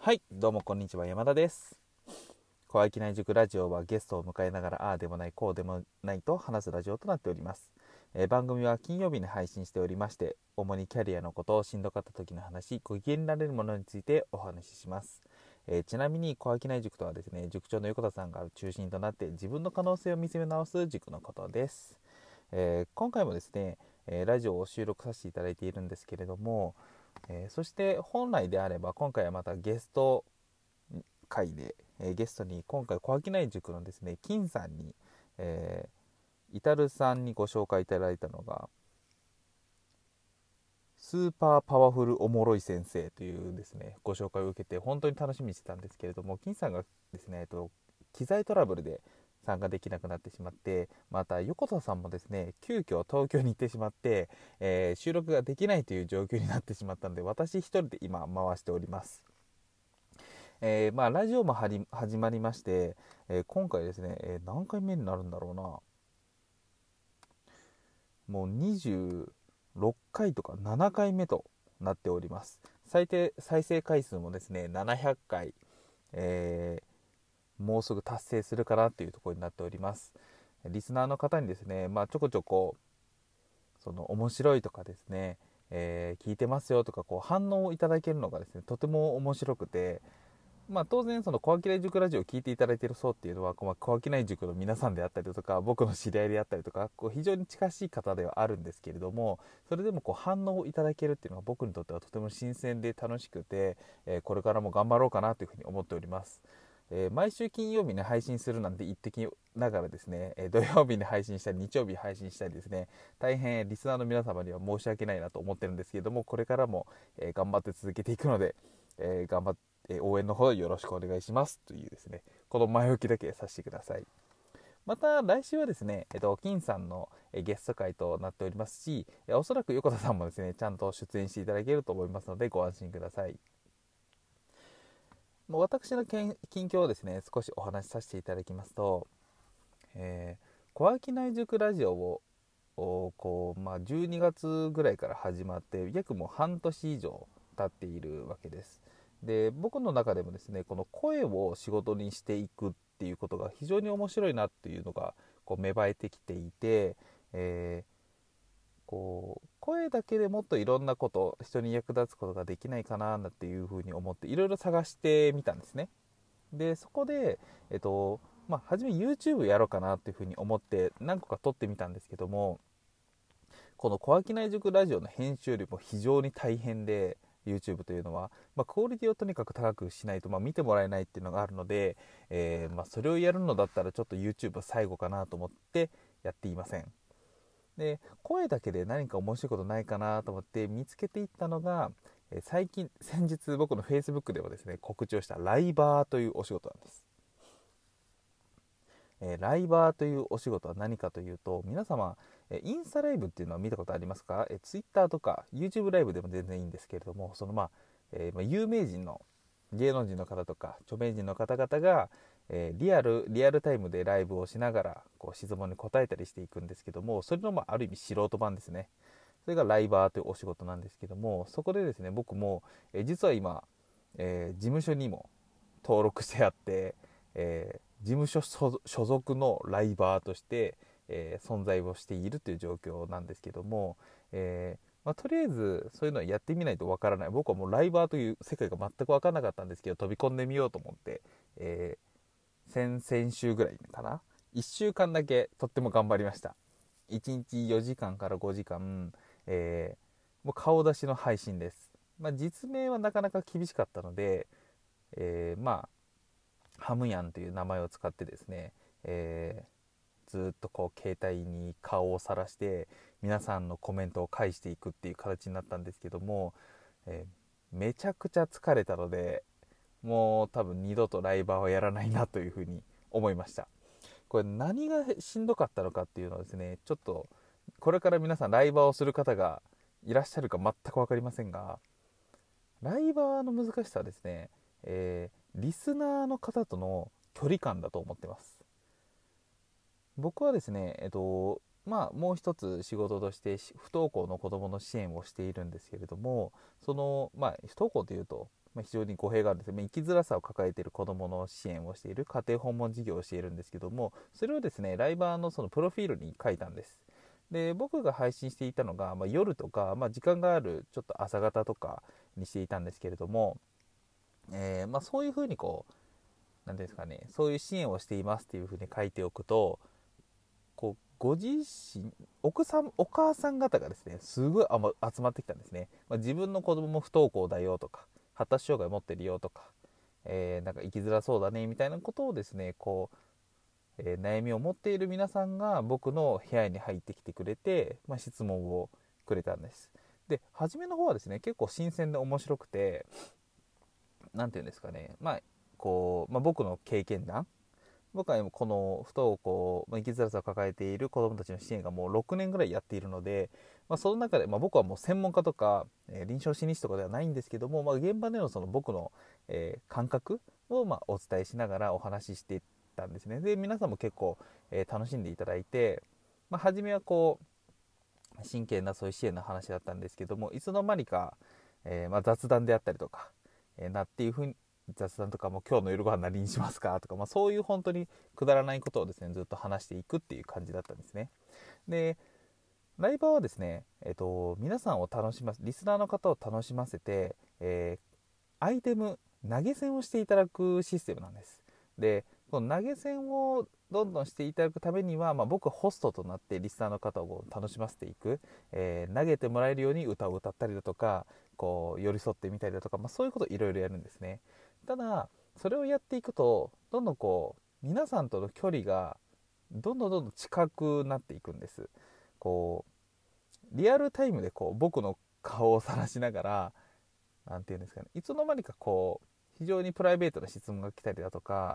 はい、どうもこんにちは、山田です。小商い塾ラジオはゲストを迎えながらああでもないこうでもないと話すラジオとなっております。番組は金曜日に配信しておりまして、主にキャリアのこと、しんどかった時の話、ご機嫌になれるものについてお話しします。ちなみに小商い塾とはですね、塾長の横田さんが中心となって自分の可能性を見つめ直す塾のことです。今回もですね、ラジオを収録させていただいているんですけれども、そして本来であれば今回はまたゲスト回で、ゲストに今回小商い塾のですね金さんに、イタルさんにご紹介いただいたのがスーパーパワフルおもろい先生というですねご紹介を受けて本当に楽しみにしてたんですけれども、金さんがですね、機材トラブルで参加できなくなってしまって、また横田さんもですね急遽東京に行ってしまって、収録ができないという状況になってしまったので、私一人で今回しております。ラジオも始まりまして、今回ですね、何回目になるんだろうな、もう26回とか7回目となっております。再生回数もですね700回、えもうすぐ達成するかなというところになっております。リスナーの方にですね、ちょこちょこその面白いとかですね、聞いてますよとか反応をいただけるのがですねとても面白くて、当然その小商い塾ラジオを聞いていただいている層っていうのは小商い塾の皆さんであったりとか僕の知り合いであったりとか非常に近しい方ではあるんですけれども、それでも反応をいただけるっていうのが僕にとってはとても新鮮で楽しくて、これからも頑張ろうかなというふうに思っております。毎週金曜日に配信するなんて言ってきながらですね、土曜日に配信したり日曜日に配信したりですね、大変リスナーの皆様には申し訳ないなと思ってるんですけれども、これからも、頑張って続けていくので、頑張って応援のほどよろしくお願いしますというですね、この前置きだけさせてください。また来週はですね、金さんのゲスト会となっておりますし、おそらく横田さんもですねちゃんと出演していただけると思いますのでご安心ください。私の近況をですね少しお話しさせていただきますと、小商い塾ラジオを12月ぐらいから始まって約もう半年以上経っているわけです。で、僕の中でもですねこの声を仕事にしていくっていうことが非常に面白いなっていうのが芽生えてきていて、え声だけでもっといろんなこと人に役立つことができないかなっていうふうに思っていろいろ探してみたんですね。でそこで、初め YouTube やろうかなっていうふうに思って何個か撮ってみたんですけども、この小商い塾ラジオの編集よりも非常に大変で、 YouTube というのは、クオリティをとにかく高くしないと、見てもらえないっていうのがあるので、それをやるのだったらちょっと YouTube は最後かなと思ってやっていません。で声だけで何か面白いことないかなと思って見つけていったのが、先日僕の Facebook ではですね告知をしたライバーというお仕事なんです。ライバーというお仕事は何かというと、皆様、インスタライブっていうのは見たことありますか？Twitter とか YouTube ライブでも全然いいんですけれども、有名人の芸能人の方とか著名人の方々が、リアルタイムでライブをしながら質問に答えたりしていくんですけども、それのある意味素人版ですね。それがライバーというお仕事なんですけども、そこでですね僕も、実は今、事務所にも登録してあって、事務所所属のライバーとして、存在をしているという状況なんですけども、とりあえずそういうのをやってみないとわからない。僕はもうライバーという世界が全く分からなかったんですけど、飛び込んでみようと思って、先々週ぐらいかな、1週間だけとっても頑張りました。1日4時間から5時間、もう顔出しの配信です。実名はなかなか厳しかったので、ハムヤンという名前を使ってですね、ずっと携帯に顔をさらして皆さんのコメントを返していくっていう形になったんですけども、めちゃくちゃ疲れたので、もう多分二度とライバーはやらないなというふうに思いました。これ何がしんどかったのかっていうのはですね、ちょっとこれから皆さんライバーをする方がいらっしゃるか全く分かりませんが、ライバーの難しさはですね、リスナーの方との距離感だと思ってます。僕はですね、もう一つ仕事として不登校の子どもの支援をしているんですけれども、不登校というと非常に語弊があるんですね。生きづらさを抱えている子どもの支援をしている家庭訪問事業をしているんですけども、それをですねライバーのそのプロフィールに書いたんです。で僕が配信していたのが、夜とか、時間があるちょっと朝方とかにしていたんですけれども、そういうふうにこう何ですかね、そういう支援をしていますっていうふうに書いておくと、こうご自身お母さん方がですねすごい集まってきたんですね。自分の子供も不登校だよとか発達障害持ってるよとか、なんか生きづらそうだねみたいなことをですね悩みを持っている皆さんが僕の部屋に入ってきてくれて、質問をくれたんです。で初めの方はですね結構新鮮で面白くて、なんていうんですかね、僕の経験談、僕はこの不登校、生きづらさを抱えている子どもたちの支援がもう6年ぐらいやっているので、その中で、僕はもう専門家とか、臨床心理士とかではないんですけども、現場でのその僕の、感覚をお伝えしながらお話ししていったんですね。で皆さんも結構、楽しんでいただいて、初めは真剣なそういう支援の話だったんですけども、いつの間にか、雑談であったりとか、っていうふうに雑談とかも今日の夜ご飯何にしますかとか、そういう本当にくだらないことをですねずっと話していくっていう感じだったんですね。でライバーはですね、皆さんを楽しませリスナーの方を楽しませて、アイテム投げ銭をしていただくシステムなんです。でこの投げ銭をどんどんしていただくためには、僕はホストとなってリスナーの方を楽しませていく、投げてもらえるように歌を歌ったりだとか寄り添ってみたりだとか、そういうことをいろいろやるんですね。ただそれをやっていくとどんどん皆さんとの距離がどんどん近くなっていくんです。リアルタイムで僕の顔を晒しながら、なんていうんですかね、いつの間にか非常にプライベートな質問が来たりだとか、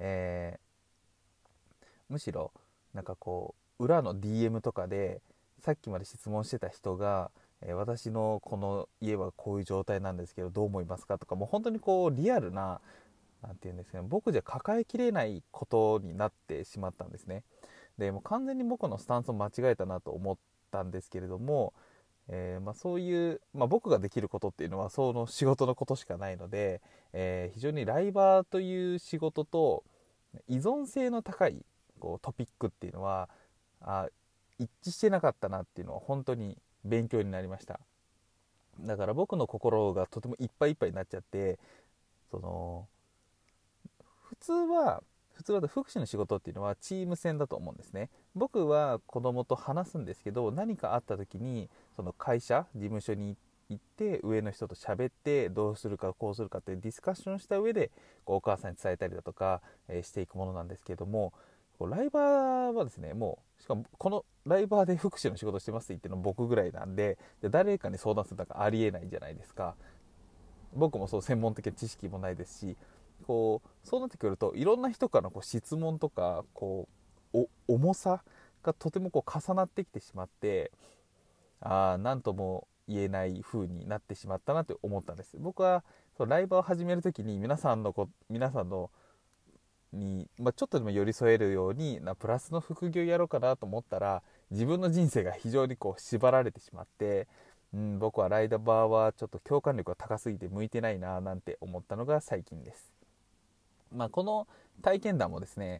むしろなんか裏の DM とかでさっきまで質問してた人が、私のこの家はこういう状態なんですけどどう思いますかとか、もう本当にリアルな、なんていうんですかね、僕じゃ抱えきれないことになってしまったんですね。でもう完全に僕のスタンスを間違えたなと思ったんですけれども、そういう、僕ができることっていうのはその仕事のことしかないので、非常にライバーという仕事と依存性の高いトピックっていうのは一致してなかったなっていうのは本当に勉強になりました。だから僕の心がとてもいっぱいいっぱいになっちゃって、その普通は福祉の仕事っていうのはチーム戦だと思うんですね。僕は子供と話すんですけど、何かあった時にその会社事務所に行って上の人と喋ってどうするかこうするかってディスカッションした上でお母さんに伝えたりだとか、していくものなんですけれども、ライバーはですね、もうしかもこのライバーで福祉の仕事してますって言ってるの僕ぐらいなんで、誰かに相談するのがありえないじゃないですか。僕もそう専門的な知識もないですし、そうなってくるといろんな人からの質問とか重さがとても重なってきてしまって、何とも言えない風になってしまったなと思ったんです。僕はライブを始めるときに皆さんのに、ちょっとでも寄り添えるようにプラスの副業やろうかなと思ったら、自分の人生が非常に縛られてしまって、僕はライダーバーはちょっと共感力が高すぎて向いてないななんて思ったのが最近です。この体験談もですね、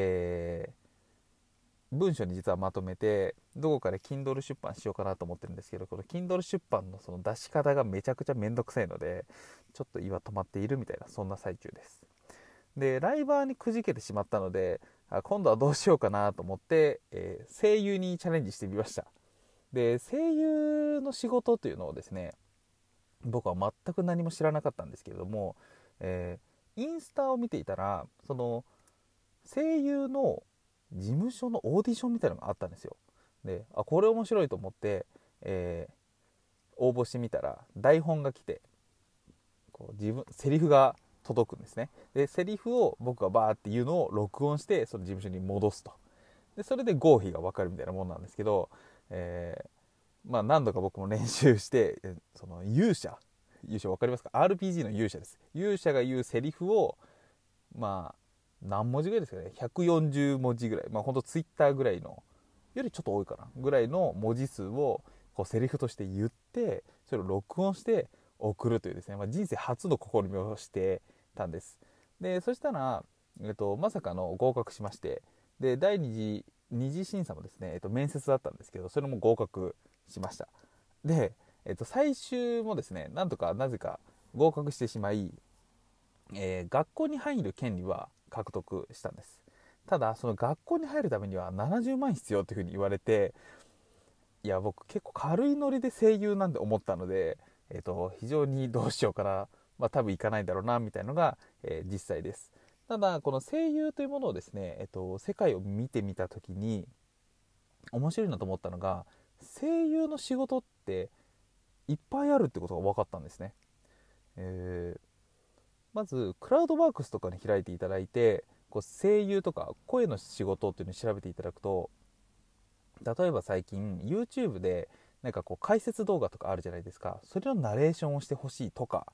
文章に実はまとめてどこかで Kindle 出版しようかなと思ってるんですけど、この Kindle 出版のその出し方がめちゃくちゃめんどくさいので、ちょっと今止まっているみたいな、そんな最中です。でライバーにくじけてしまったので、今度はどうしようかなと思って、声優にチャレンジしてみました。で声優の仕事というのをですね、僕は全く何も知らなかったんですけれども、インスタを見ていたらその声優の事務所のオーディションみたいなのがあったんですよ。でこれ面白いと思って、応募してみたら台本が来てセリフが届くんですね。でセリフを僕がバーって言うのを録音してその事務所に戻すと。でそれで合否が分かるみたいなもんなんですけど、何度か僕も練習して、その勇者分かりますか？ RPG の勇者です。勇者が言うセリフを何文字ぐらいですかね、140文字ぐらい、ほんとツイッターぐらいのよりちょっと多いかなぐらいの文字数をセリフとして言って、それを録音して送るというですね、人生初の試みをしてたんです。でそしたら、まさかの合格しまして、で第二次審査もですね、面接だったんですけど、それも合格しました。で、最終もですね、なんとかなぜか合格してしまい、学校に入る権利は獲得したんです。ただその学校に入るためには70万必要というふうに言われて、いや僕結構軽いノリで声優なんて思ったので、非常にどうしようかな、多分行かないだろうなみたいなのが、実際です。ただこの声優というものをですね、世界を見てみた時に面白いなと思ったのが、声優の仕事っていっぱいあるってことが分かったんですね。まずクラウドワークスとかに開いていただいて、こう声優とか声の仕事っていうのを調べていただくと、例えば最近 YouTube でなんかこう解説動画とかあるじゃないですか。それのナレーションをしてほしいとか、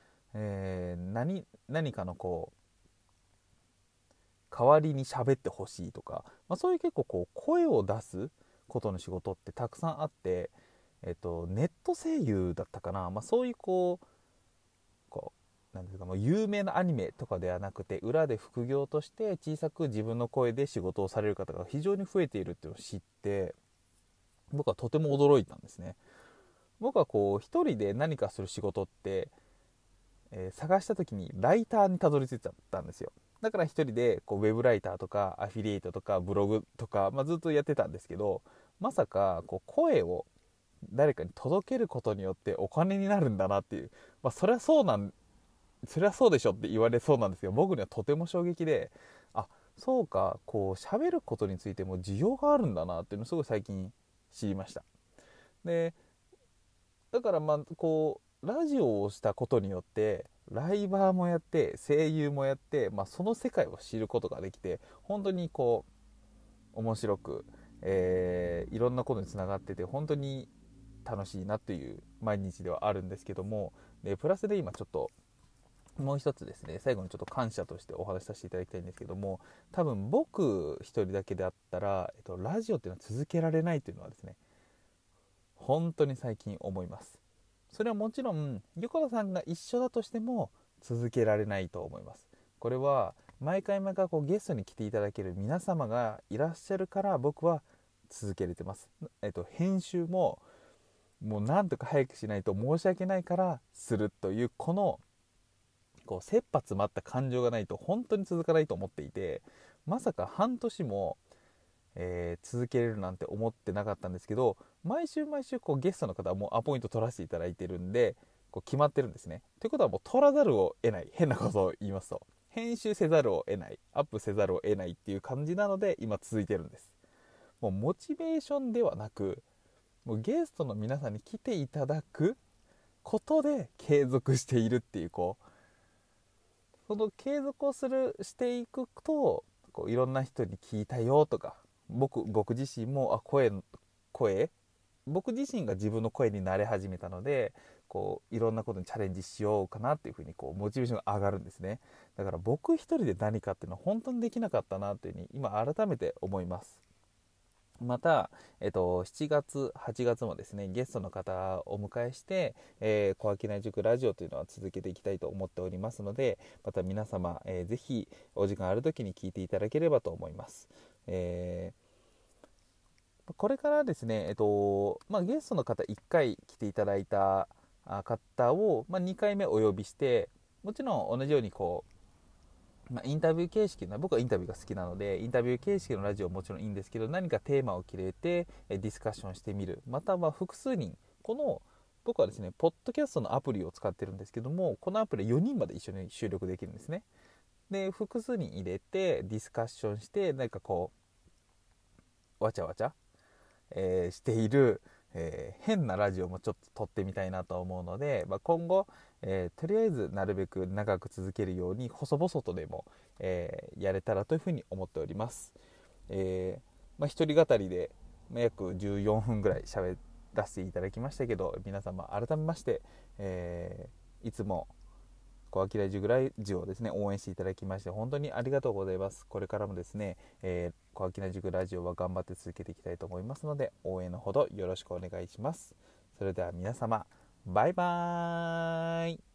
何かのこう代わりに喋ってほしいとか、そういう結構こう声を出すことの仕事ってたくさんあって、ネット声優だったかな、そういうこうなんですか、もう有名なアニメとかではなくて、裏で副業として小さく自分の声で仕事をされる方が非常に増えているっていうのを知って、僕はとても驚いたんですね。僕はこう一人で何かする仕事って、探した時にライターにたどり着いちゃったんですよ。だから一人でこうウェブライターとかアフィリエイトとかブログとか、ずっとやってたんですけど、まさかこう声を誰かに届けることによってお金になるんだなっていう、それはそれはそうでしょって言われそうなんですけど、僕にはとても衝撃で、あ、そうか、こう喋ることについても需要があるんだなっていうのをすごい最近知りました。でだからこうラジオをしたことによってライバーもやって声優もやって、その世界を知ることができて、本当にこう面白く、いろんなことにつながってて本当に楽しいなという毎日ではあるんですけども、でプラスで今ちょっともう一つですね、最後にちょっと感謝としてお話しさせていただきたいんですけども、多分僕一人だけであったら、ラジオっていうのは続けられないというのはですね、本当に最近思います。それはもちろん横田さんが一緒だとしても続けられないと思います。これは毎回毎回こうゲストに来ていただける皆様がいらっしゃるから僕は続けれてます。編集ももうなんとか早くしないと申し訳ないからするという、このこう切羽詰まった感情がないと本当に続かないと思っていて、まさか半年も続けれるなんて思ってなかったんですけど、毎週毎週こうゲストの方はもうアポイント取らせていただいてるんで、こう決まってるんですね。ということはもう取らざるを得ない、変なことを言いますと編集せざるを得ない、アップせざるを得ないっていう感じなので今続いてるんです。もうモチベーションではなく、もうゲストの皆さんに来ていただくことで継続しているっていう、その継続をしていくと、こういろんな人に聞いたよとか、僕自身も声僕自身が自分の声に慣れ始めたので、こういろんなことにチャレンジしようかなっていうふうにこうモチベーションが上がるんですね。だから僕一人で何かっていうのは本当にできなかったなというふうに今改めて思います。また、7月、8月もですね、ゲストの方をお迎えして、小商い塾ラジオというのは続けていきたいと思っておりますので、また皆様、ぜひお時間ある時に聞いていただければと思います。これからですね、ゲストの方1回来ていただいた方を、2回目お呼びして、もちろん同じようにインタビュー形式の、僕はインタビューが好きなのでインタビュー形式のラジオももちろんいいんですけど、何かテーマを決めてディスカッションしてみる、または複数人、僕はですねポッドキャストのアプリを使ってるんですけども、このアプリ4人まで一緒に収録できるんですね。で複数人入れてディスカッションして、何かこうわちゃわちゃしている、変なラジオもちょっと撮ってみたいなと思うので、今後、とりあえずなるべく長く続けるように細々とでも、やれたらというふうに思っております。一人語りで、約14分ぐらい喋らせていただきましたけど、皆様改めまして、いつも小商い塾ラジオをですね応援していただきまして本当にありがとうございます。これからもですね、小商い塾ラジオは頑張って続けていきたいと思いますので、応援のほどよろしくお願いします。それでは皆様、 バイバーイ。